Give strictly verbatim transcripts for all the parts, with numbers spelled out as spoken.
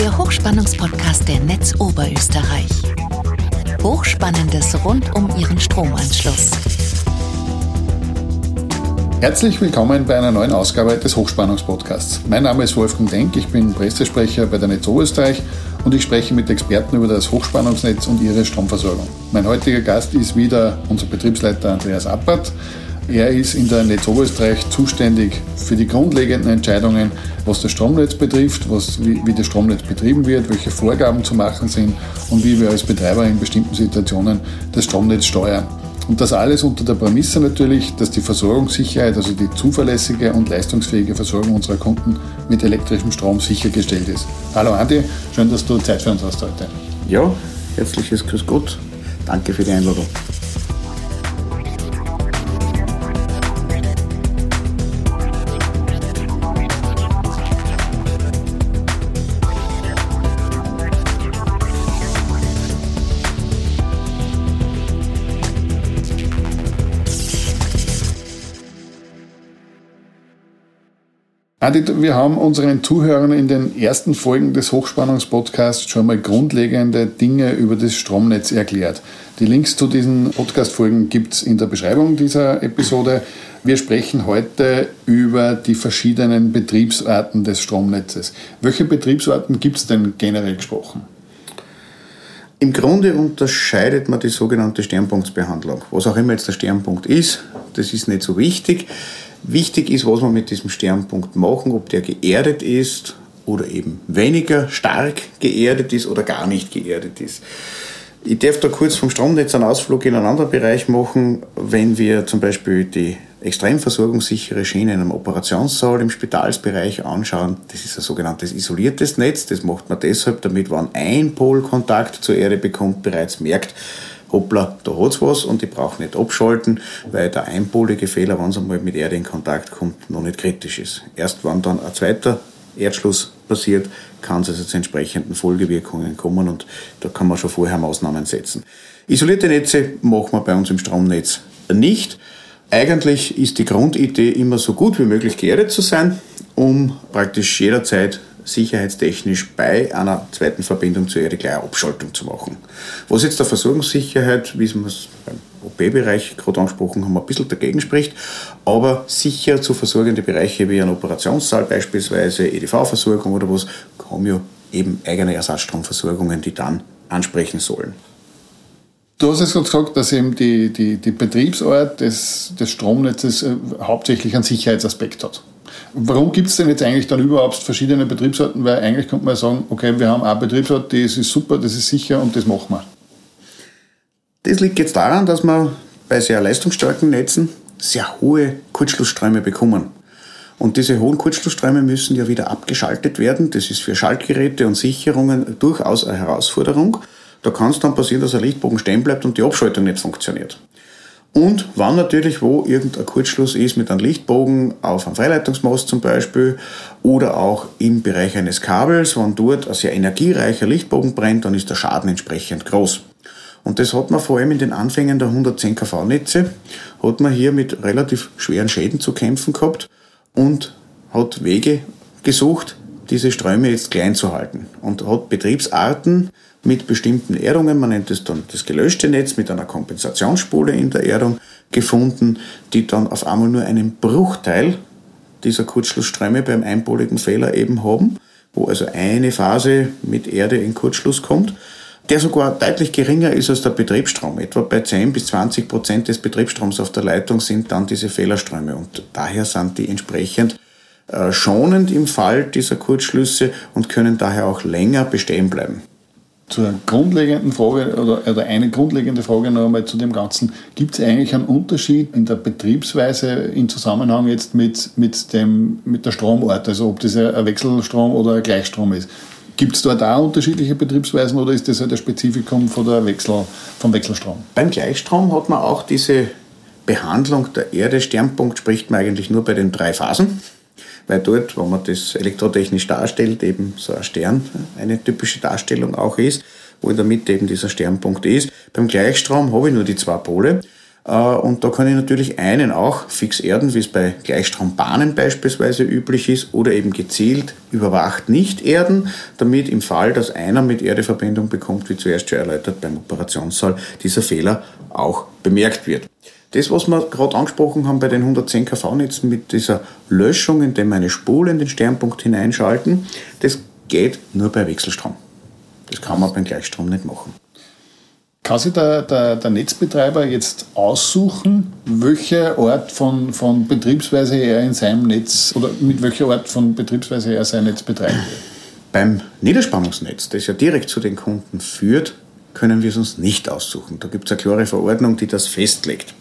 der Hochspannungspodcast der Netz Oberösterreich. Hochspannendes rund um Ihren Stromanschluss. Herzlich willkommen bei einer neuen Ausgabe des Hochspannungspodcasts. Mein Name ist Wolfgang Denk, ich bin Pressesprecher bei der Netz Oberösterreich und ich spreche mit Experten über das Hochspannungsnetz und ihre Stromversorgung. Mein heutiger Gast ist wieder unser Betriebsleiter Andreas Appert. Er ist in der Netz Oberösterreich zuständig für die grundlegenden Entscheidungen, was das Stromnetz betrifft, was, wie, wie das Stromnetz betrieben wird, welche Vorgaben zu machen sind und wie wir als Betreiber in bestimmten Situationen das Stromnetz steuern. Und das alles unter der Prämisse natürlich, dass die Versorgungssicherheit, also die zuverlässige und leistungsfähige Versorgung unserer Kunden mit elektrischem Strom sichergestellt ist. Hallo Andi, schön, dass du Zeit für uns hast heute. Ja, herzliches Grüß Gott. Danke für die Einladung. Adi, wir haben unseren Zuhörern in den ersten Folgen des Hochspannungspodcasts schon mal grundlegende Dinge über das Stromnetz erklärt. Die Links zu diesen Podcast-Folgen gibt es in der Beschreibung dieser Episode. Wir sprechen heute über die verschiedenen Betriebsarten des Stromnetzes. Welche Betriebsarten gibt es denn generell gesprochen? Im Grunde unterscheidet man die sogenannte Sternpunktsbehandlung. Was auch immer jetzt der Sternpunkt ist, das ist nicht so wichtig. Wichtig ist, was wir mit diesem Sternpunkt machen, ob der geerdet ist oder eben weniger stark geerdet ist oder gar nicht geerdet ist. Ich darf da kurz vom Stromnetz einen Ausflug in einen anderen Bereich machen. Wenn wir zum Beispiel die extrem versorgungssichere Schiene in einem Operationssaal im Spitalsbereich anschauen, das ist ein sogenanntes isoliertes Netz. Das macht man deshalb, damit man ein Pol Kontakt zur Erde bekommt, bereits merkt, hoppla, da hat's was und ich brauche nicht abschalten, weil der einpolige Fehler, wenn es einmal mit Erde in Kontakt kommt, noch nicht kritisch ist. Erst wenn dann ein zweiter Erdschluss passiert, kann es also zu entsprechenden Folgewirkungen kommen und da kann man schon vorher Maßnahmen setzen. Isolierte Netze machen wir bei uns im Stromnetz nicht. Eigentlich ist die Grundidee immer so gut wie möglich geerdet zu sein, um praktisch jederzeit sicherheitstechnisch bei einer zweiten Verbindung zur Erde gleich eine Abschaltung zu machen. Was jetzt der Versorgungssicherheit, wie wir es beim O P-Bereich gerade angesprochen haben, ein bisschen dagegen spricht, aber sicher zu versorgende Bereiche wie ein Operationssaal beispielsweise, E D V-Versorgung oder was, haben ja eben eigene Ersatzstromversorgungen, die dann ansprechen sollen. Du hast jetzt gerade gesagt, dass eben die, die, die Betriebsart des, des Stromnetzes äh, hauptsächlich einen Sicherheitsaspekt hat. Warum gibt es denn jetzt eigentlich dann überhaupt verschiedene Betriebsarten? Weil eigentlich könnte man sagen, okay, wir haben eine Betriebsart, das ist super, das ist sicher und das machen wir. Das liegt jetzt daran, dass wir bei sehr leistungsstarken Netzen sehr hohe Kurzschlussströme bekommen. Und diese hohen Kurzschlussströme müssen ja wieder abgeschaltet werden. Das ist für Schaltgeräte und Sicherungen durchaus eine Herausforderung. Da kann es dann passieren, dass ein Lichtbogen stehen bleibt und die Abschaltung nicht funktioniert. Und wann natürlich, wo irgendein Kurzschluss ist mit einem Lichtbogen auf einem Freileitungsmast zum Beispiel oder auch im Bereich eines Kabels, wenn dort ein sehr energiereicher Lichtbogen brennt, dann ist der Schaden entsprechend groß. Und das hat man vor allem in den Anfängen der hundertzehn Kilovolt-Netze, hat man hier mit relativ schweren Schäden zu kämpfen gehabt und hat Wege gesucht, diese Ströme jetzt klein zu halten und hat Betriebsarten mit bestimmten Erdungen, man nennt es dann das gelöschte Netz mit einer Kompensationsspule in der Erdung gefunden, die dann auf einmal nur einen Bruchteil dieser Kurzschlussströme beim einpoligen Fehler eben haben, wo also eine Phase mit Erde in Kurzschluss kommt, der sogar deutlich geringer ist als der Betriebsstrom. Etwa bei zehn bis zwanzig Prozent des Betriebsstroms auf der Leitung sind dann diese Fehlerströme und daher sind die entsprechend äh, schonend im Fall dieser Kurzschlüsse und können daher auch länger bestehen bleiben. Zur grundlegenden Frage oder, oder eine grundlegende Frage noch einmal zu dem Ganzen. Gibt es eigentlich einen Unterschied in der Betriebsweise im Zusammenhang jetzt mit, mit, dem, mit der Stromart? Also ob das ein Wechselstrom oder ein Gleichstrom ist? Gibt es dort auch unterschiedliche Betriebsweisen oder ist das halt ein Spezifikum von der Wechsel, vom Wechselstrom? Beim Gleichstrom hat man auch diese Behandlung der Erde. Sternpunkt spricht man eigentlich nur bei den drei Phasen. Weil dort, wo man das elektrotechnisch darstellt, eben so ein Stern eine typische Darstellung auch ist, wo in der Mitte eben dieser Sternpunkt ist. Beim Gleichstrom habe ich nur die zwei Pole Und da kann ich natürlich einen auch fix erden, wie es bei Gleichstrombahnen beispielsweise üblich ist, oder eben gezielt überwacht nicht erden, damit im Fall, dass einer mit Erdeverbindung bekommt, wie zuerst schon erläutert beim Operationssaal, dieser Fehler auch bemerkt wird. Das, was wir gerade angesprochen haben bei den hundertzehn KV-Netzen mit dieser Löschung, indem wir eine Spule in den Sternpunkt hineinschalten, das geht nur bei Wechselstrom. Das kann man beim Gleichstrom nicht machen. Kann sich der, der, der Netzbetreiber jetzt aussuchen, welche Art von, von Betriebsweise er in seinem Netz oder mit welcher Art von Betriebsweise er sein Netz betreiben will? Beim Niederspannungsnetz, das ja direkt zu den Kunden führt, können wir es uns nicht aussuchen. Da gibt es eine klare Verordnung, die das festlegt.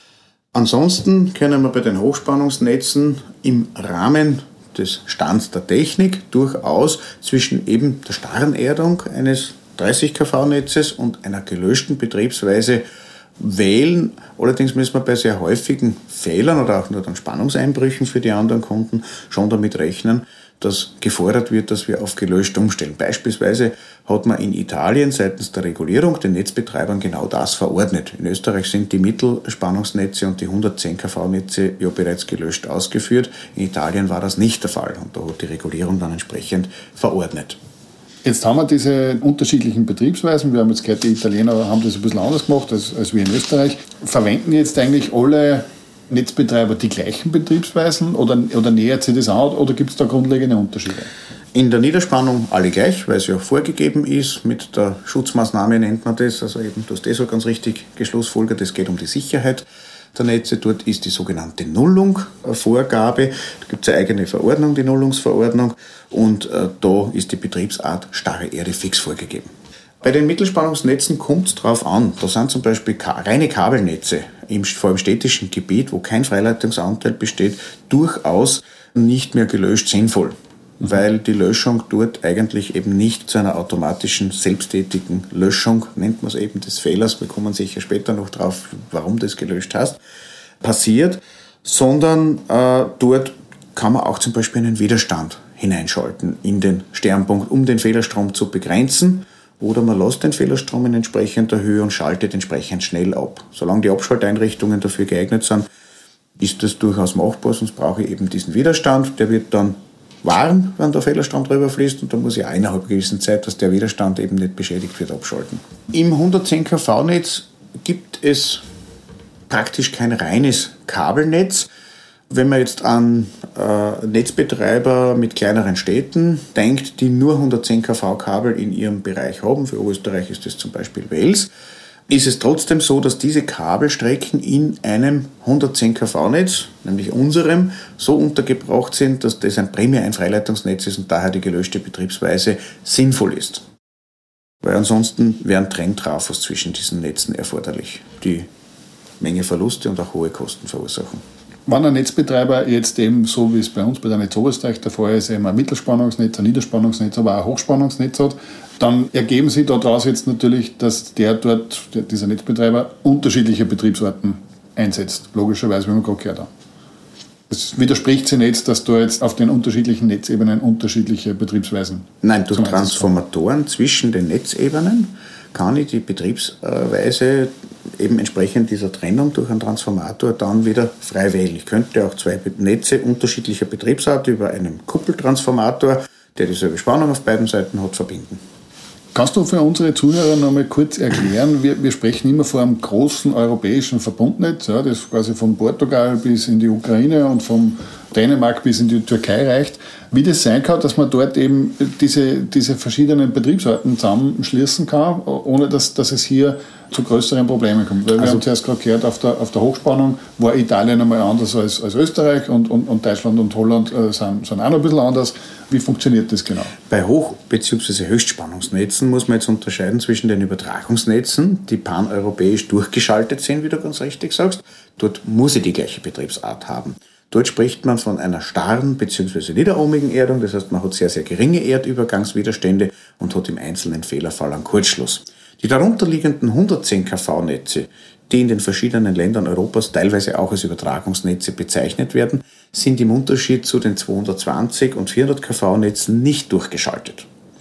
Ansonsten können wir bei den Hochspannungsnetzen im Rahmen des Stands der Technik durchaus zwischen eben der starren Erdung eines dreißig KV-Netzes und einer gelöschten Betriebsweise wählen. Allerdings müssen wir bei sehr häufigen Fehlern oder auch nur dann Spannungseinbrüchen für die anderen Kunden schon damit rechnen, dass gefordert wird, dass wir auf gelöscht umstellen. Beispielsweise hat man in Italien seitens der Regulierung den Netzbetreibern genau das verordnet. In Österreich sind die Mittelspannungsnetze und die hundertzehn KV-Netze ja bereits gelöscht ausgeführt. In Italien war das nicht der Fall und da hat die Regulierung dann entsprechend verordnet. Jetzt haben wir diese unterschiedlichen Betriebsweisen. Wir haben jetzt gehört, die Italiener haben das ein bisschen anders gemacht als, als wir in Österreich. Verwenden jetzt eigentlich alle Netzbetreiber die gleichen Betriebsweisen oder, oder nähert sich das an oder gibt es da grundlegende Unterschiede? In der Niederspannung alle gleich, weil es ja vorgegeben ist. Mit der Schutzmaßnahme nennt man das. Also eben, du hast das so ganz richtig geschlussfolgert, es geht um die Sicherheit der Netze. Dort ist die sogenannte Nullung eine Vorgabe. Da gibt es eine eigene Verordnung, die Nullungsverordnung. Und äh, da ist die Betriebsart starre Erde fix vorgegeben. Bei den Mittelspannungsnetzen kommt es drauf an. Da sind zum Beispiel ka- reine Kabelnetze, im, vor allem städtischen Gebiet, wo kein Freileitungsanteil besteht, durchaus nicht mehr gelöscht sinnvoll. Mhm. Weil die Löschung dort eigentlich eben nicht zu einer automatischen, selbsttätigen Löschung, nennt man es eben, des Fehlers, wir kommen sicher später noch drauf, warum das gelöscht hast, passiert, sondern äh, dort kann man auch zum Beispiel einen Widerstand hineinschalten in den Sternpunkt, um den Fehlerstrom zu begrenzen. Oder man lässt den Fehlerstrom in entsprechender Höhe und schaltet entsprechend schnell ab. Solange die Abschalteinrichtungen dafür geeignet sind, ist das durchaus machbar, sonst brauche ich eben diesen Widerstand. Der wird dann warm, wenn der Fehlerstrom drüber fließt und dann muss ich auch innerhalb einer gewissen Zeit, dass der Widerstand eben nicht beschädigt wird, abschalten. Im hundertzehn KV-Netz gibt es praktisch kein reines Kabelnetz. Wenn man jetzt an äh, Netzbetreiber mit kleineren Städten denkt, die nur hundertzehn KV-Kabel in ihrem Bereich haben, für Österreich ist das zum Beispiel Wels, ist es trotzdem so, dass diese Kabelstrecken in einem hundertzehn KV-Netz, nämlich unserem, so untergebracht sind, dass das ein primär ein Freileitungsnetz ist und daher die gelöschte Betriebsweise sinnvoll ist. Weil ansonsten wären Trenntrafos zwischen diesen Netzen erforderlich, die Menge Verluste und auch hohe Kosten verursachen. Wenn ein Netzbetreiber jetzt eben, so wie es bei uns bei der Netz Oberösterreich der Fall ist, eben ein Mittelspannungsnetz, ein Niederspannungsnetz, aber auch ein Hochspannungsnetz hat, dann ergeben sich daraus jetzt natürlich, dass der dort, der, dieser Netzbetreiber, unterschiedliche Betriebsarten einsetzt. Logischerweise, wie wir gerade gehört haben. Es widerspricht sich nicht, dass da jetzt auf den unterschiedlichen Netzebenen unterschiedliche Betriebsweisen. Nein, durch Transformatoren zwischen den Netzebenen kann ich die Betriebsweise eben entsprechend dieser Trennung durch einen Transformator dann wieder frei wählen. Ich könnte auch zwei Netze unterschiedlicher Betriebsart über einen Kuppeltransformator, der dieselbe Spannung auf beiden Seiten hat, verbinden. Kannst du für unsere Zuhörer noch mal kurz erklären, wir, wir sprechen immer von einem großen europäischen Verbundnetz, ja, das quasi von Portugal bis in die Ukraine und von Dänemark bis in die Türkei reicht, wie das sein kann, dass man dort eben diese, diese verschiedenen Betriebsarten zusammenschließen kann, ohne dass, dass es hier zu größeren Problemen kommt. Weil wir also haben zuerst gerade gehört, auf der, auf der Hochspannung war Italien einmal anders als, als Österreich und, und, und Deutschland und Holland äh, sind, sind auch noch ein bisschen anders. Wie funktioniert das genau? Bei Hoch- bzw. Höchstspannungsnetzen muss man jetzt unterscheiden zwischen den Übertragungsnetzen, die paneuropäisch durchgeschaltet sind, wie du ganz richtig sagst. Dort muss ich die gleiche Betriebsart haben. Dort spricht man von einer starren bzw. niederohmigen Erdung, das heißt, man hat sehr, sehr geringe Erdübergangswiderstände und hat im einzelnen Fehlerfall einen Kurzschluss. Die darunterliegenden hundertzehn KV-Netze, die in den verschiedenen Ländern Europas teilweise auch als Übertragungsnetze bezeichnet werden, sind im Unterschied zu den zweihundertzwanzig und vierhundert KV-Netzen nicht durchgeschaltet,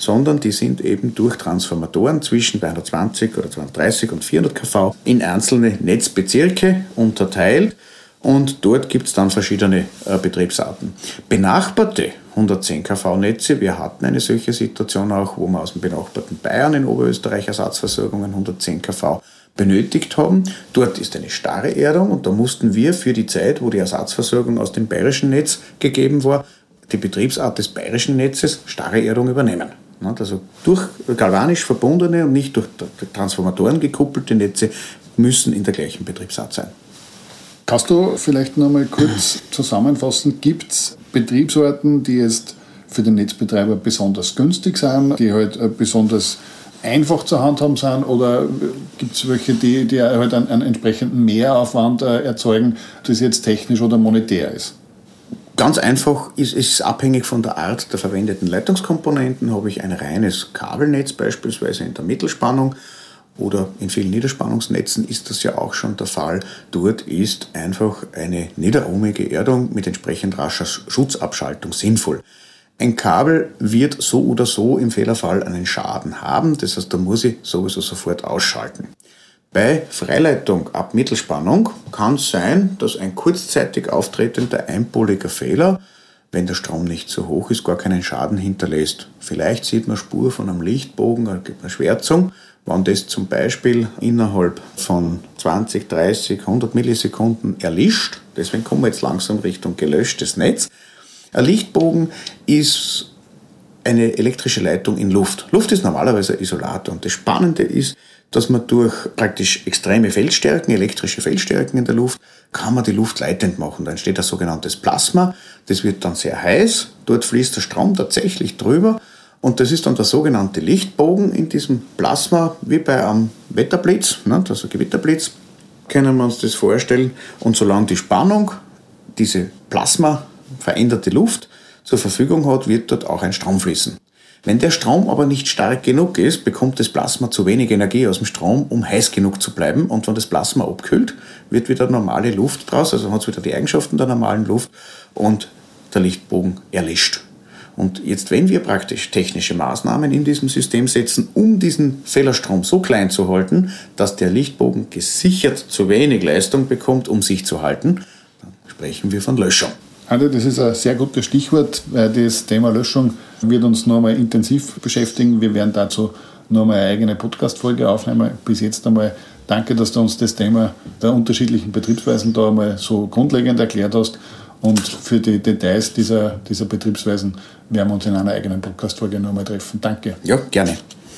sondern die sind eben durch Transformatoren zwischen zweihundertzwanzig oder zweihundertdreißig und vierhundert Kilovolt in einzelne Netzbezirke unterteilt. Und dort gibt es dann verschiedene äh, Betriebsarten. Benachbarte hundertzehn Kilovolt-Netze, wir hatten eine solche Situation auch, wo wir aus dem benachbarten Bayern in Oberösterreich Ersatzversorgungen hundertzehn Kilovolt benötigt haben. Dort ist eine starre Erdung und da mussten wir für die Zeit, wo die Ersatzversorgung aus dem bayerischen Netz gegeben war, die Betriebsart des bayerischen Netzes, starre Erdung, übernehmen. Also durch galvanisch verbundene und nicht durch Transformatoren gekuppelte Netze müssen in der gleichen Betriebsart sein. Kannst du vielleicht noch mal kurz zusammenfassen, gibt es Betriebsarten, die jetzt für den Netzbetreiber besonders günstig sind, die halt besonders einfach zu handhaben sind, oder gibt es welche, die, die halt einen, einen entsprechenden Mehraufwand erzeugen, das jetzt technisch oder monetär ist? Ganz einfach ist es abhängig von der Art der verwendeten Leitungskomponenten. Habe ich ein reines Kabelnetz beispielsweise in der Mittelspannung, oder in vielen Niederspannungsnetzen ist das ja auch schon der Fall. Dort ist einfach eine niederohmige Erdung mit entsprechend rascher Schutzabschaltung sinnvoll. Ein Kabel wird so oder so im Fehlerfall einen Schaden haben, das heißt, da muss ich sowieso sofort ausschalten. Bei Freileitung ab Mittelspannung kann es sein, dass ein kurzzeitig auftretender einpoliger Fehler, wenn der Strom nicht so hoch ist, gar keinen Schaden hinterlässt. Vielleicht sieht man Spur von einem Lichtbogen, oder gibt eine Schwärzung. Wenn das zum Beispiel innerhalb von zwanzig, dreißig, hundert Millisekunden erlischt, deswegen kommen wir jetzt langsam Richtung gelöschtes Netz. Ein Lichtbogen ist eine elektrische Leitung in Luft. Luft ist normalerweise ein Isolator und das Spannende ist, dass man durch praktisch extreme Feldstärken, elektrische Feldstärken in der Luft, kann man die Luft leitend machen. Da entsteht ein sogenanntes Plasma, das wird dann sehr heiß, dort fließt der Strom tatsächlich drüber. Und das ist dann der sogenannte Lichtbogen in diesem Plasma, wie bei einem Wetterblitz, also Gewitterblitz, können wir uns das vorstellen. Und solange die Spannung, diese Plasma, veränderte Luft zur Verfügung hat, wird dort auch ein Strom fließen. Wenn der Strom aber nicht stark genug ist, bekommt das Plasma zu wenig Energie aus dem Strom, um heiß genug zu bleiben. Und wenn das Plasma abkühlt, wird wieder normale Luft draus, also hat es wieder die Eigenschaften der normalen Luft und der Lichtbogen erlischt. Und jetzt, wenn wir praktisch technische Maßnahmen in diesem System setzen, um diesen Fehlerstrom so klein zu halten, dass der Lichtbogen gesichert zu wenig Leistung bekommt, um sich zu halten, dann sprechen wir von Löschung. Andi, das ist ein sehr gutes Stichwort, weil das Thema Löschung wird uns noch einmal intensiv beschäftigen. Wir werden dazu noch einmal eine eigene Podcast-Folge aufnehmen. Bis jetzt einmal danke, dass du uns das Thema der unterschiedlichen Betriebsweisen da einmal so grundlegend erklärt hast. Und für die Details dieser, dieser Betriebsweisen werden wir uns in einer eigenen Podcast-Folge noch einmal treffen. Danke. Ja, gerne.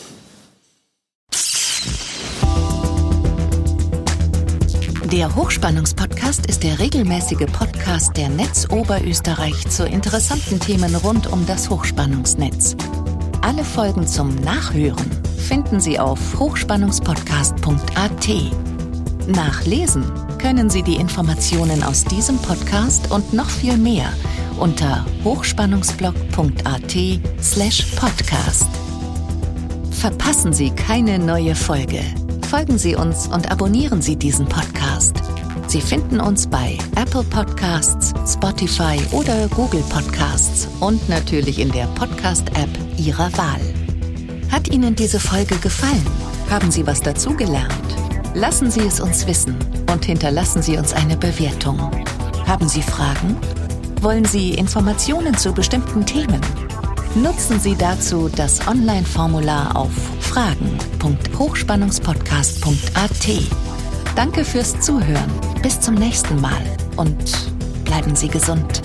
Der Hochspannungspodcast ist der regelmäßige Podcast der Netz Oberösterreich zu interessanten Themen rund um das Hochspannungsnetz. Alle Folgen zum Nachhören finden Sie auf hochspannungspodcast punkt a t. Nachlesen können Sie die Informationen aus diesem Podcast und noch viel mehr unter hochspannungsblog punkt a t slash podcast. Verpassen Sie keine neue Folge. Folgen Sie uns und abonnieren Sie diesen Podcast. Sie finden uns bei Apple Podcasts, Spotify oder Google Podcasts und natürlich in der Podcast-App Ihrer Wahl. Hat Ihnen diese Folge gefallen? Haben Sie was dazugelernt? Lassen Sie es uns wissen und hinterlassen Sie uns eine Bewertung. Haben Sie Fragen? Wollen Sie Informationen zu bestimmten Themen? Nutzen Sie dazu das Online-Formular auf fragen punkt hochspannungspodcast punkt a t. Danke fürs Zuhören. Bis zum nächsten Mal und bleiben Sie gesund.